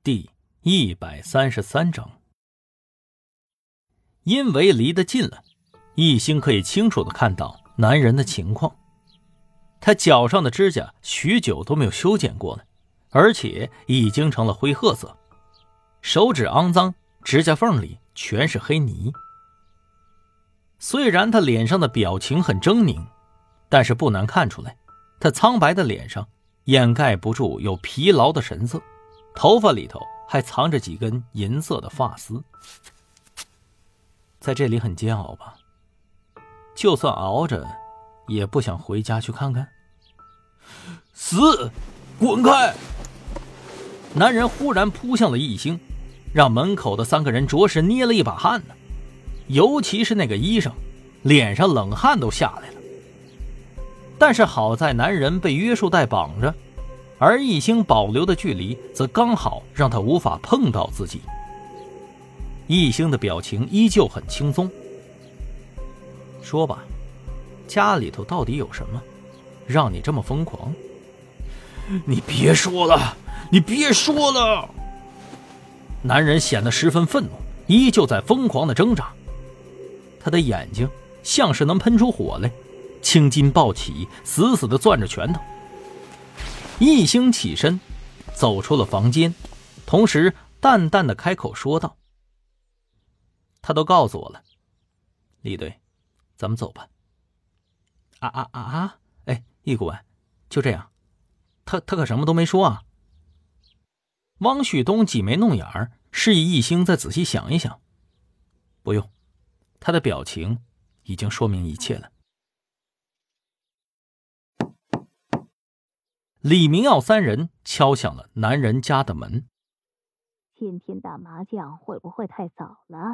第133章。因为离得近了，一星可以清楚地看到男人的情况。他脚上的指甲许久都没有修剪过了，而且已经成了灰褐色，手指肮脏，指甲缝里全是黑泥。虽然他脸上的表情很狰狞，但是不难看出来，他苍白的脸上掩盖不住有疲劳的神色，头发里头还藏着几根银色的发丝。在这里很煎熬吧？就算熬着，也不想回家去看看。 死！滚开！ 男人忽然扑向了一星，让门口的3个人着实捏了一把汗呢。尤其是那个医生，脸上冷汗都下来了。但是好在男人被约束带绑着，而一星保留的距离则刚好让他无法碰到自己。一星的表情依旧很轻松。说吧，家里头到底有什么，让你这么疯狂？ 你别说了，你别说了！ 男人显得十分愤怒，依旧在疯狂的挣扎。他的眼睛像是能喷出火来，青筋暴起，死死地攥着拳头。一星起身走出了房间，同时淡淡的开口说道：他都告诉我了，李队，咱们走吧。哎，易顾问，就这样，他可什么都没说啊。汪旭东挤眉弄眼，示意一星再仔细想一想。不用，他的表情已经说明一切了。李明耀3人敲响了男人家的门。 今天打麻将会不会太早了？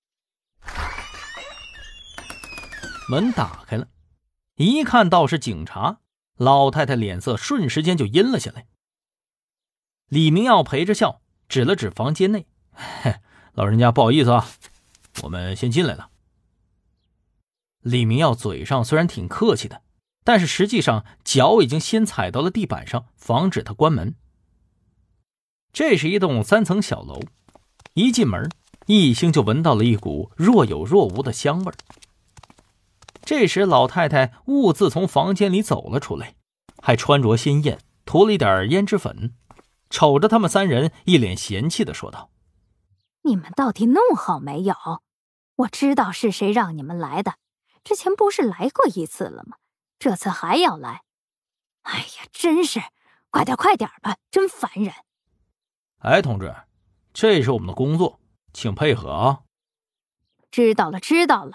门打开了，一看到是警察，老太太脸色瞬时间就阴了下来。李明耀陪着笑，指了指房间内：老人家不好意思啊，我们先进来了。李明耀嘴上虽然挺客气的，但是实际上脚已经先踩到了地板上，防止他关门。这是一栋3层小楼，一进门，一星就闻到了一股若有若无的香味。这时老太太兀自从房间里走了出来，还穿着鲜艳，涂了一点胭脂粉，瞅着他们3人一脸嫌弃地说道： 你们到底弄好没有？我知道是谁让你们来的，之前不是来过一次了吗？这次还要来。哎呀，真是快点吧，真烦人。 哎，同志，这是我们的工作，请配合啊。 知道了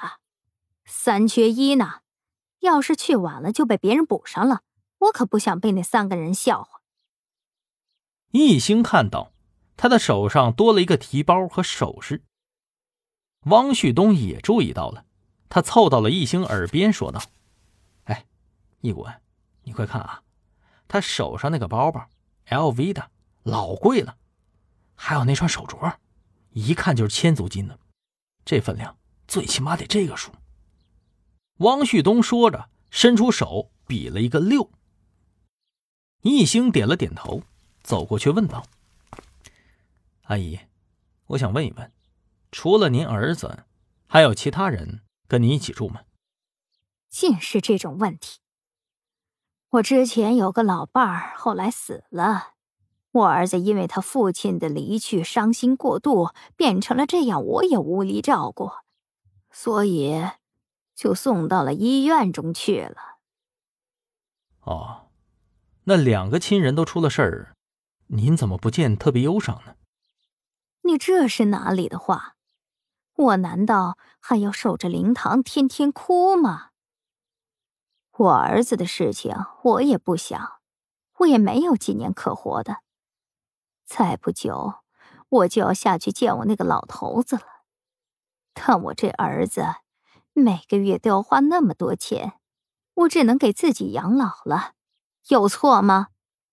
，3缺1呢，要是去晚了就被别人补上了，我可不想被那3个人笑话。 一星看到他的手上多了一个提包和首饰。汪旭东也注意到了，他凑到了一星耳边说道：哎，易顾问，你快看啊，他手上那个包包 LV 的，老贵了，还有那串手镯，一看就是1000足金的，这分量最起码得这个数。汪旭东说着，伸出手比了一个6。一星点了点头，走过去问道：阿姨，我想问一问，除了您儿子，还有其他人跟你一起住吗？ 尽是这种问题。我之前有个老伴儿，后来死了，我儿子因为他父亲的离去伤心过度，变成了这样，我也无力照顾，所以就送到了医院中去了。 哦，那2个亲人都出了事儿，您怎么不见特别忧伤呢？ 你这是哪里的话？我难道还要守着灵堂天天哭吗？我儿子的事情我也不想，我也没有几年可活的。再不久，我就要下去见我那个老头子了。但我这儿子每个月都要花那么多钱，我只能给自己养老了，有错吗？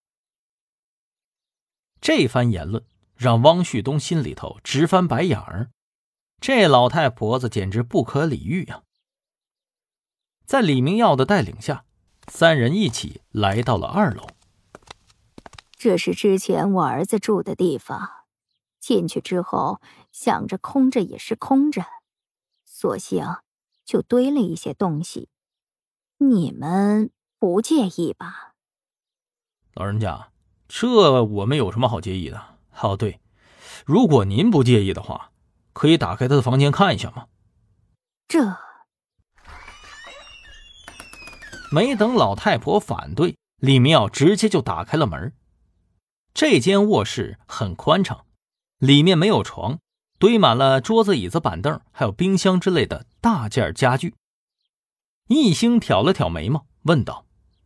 这番言论让汪旭东心里头直翻白眼儿，这老太婆子简直不可理喻啊！在李明耀的带领下，3人一起来到了2楼。 这是之前我儿子住的地方， 进去之后想着空着也是空着，索性就堆了一些东西。你们不介意吧？ 老人家，这我们有什么好介意的？哦，对，如果您不介意的话，可以打开他的房间看一下吗？ 这没等老太婆反对，李明耀直接就打开了门。这间卧室很宽敞，里面没有床，堆满了桌子、椅子、板凳，还有冰箱之类的大件家具。一星挑了挑眉毛，问道：“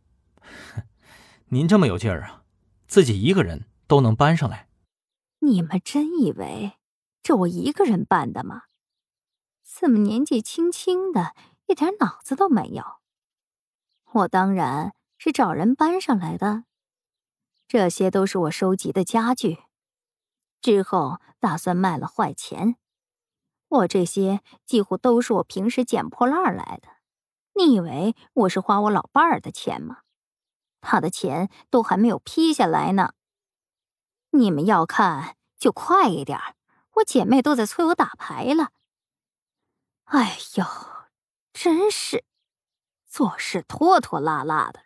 您这么有劲儿啊，自己一个人都能搬上来？” 你们真以为这我一个人办的吗？怎么年纪轻轻的，一点脑子都没有？我当然是找人搬上来的。这些都是我收集的家具，之后打算卖了坏钱。我这些几乎都是我平时捡破烂来的。你以为我是花我老伴儿的钱吗？他的钱都还没有批下来呢。你们要看就快一点，我姐妹都在催我打牌了。哎呦，真是做事拖拖拉拉的。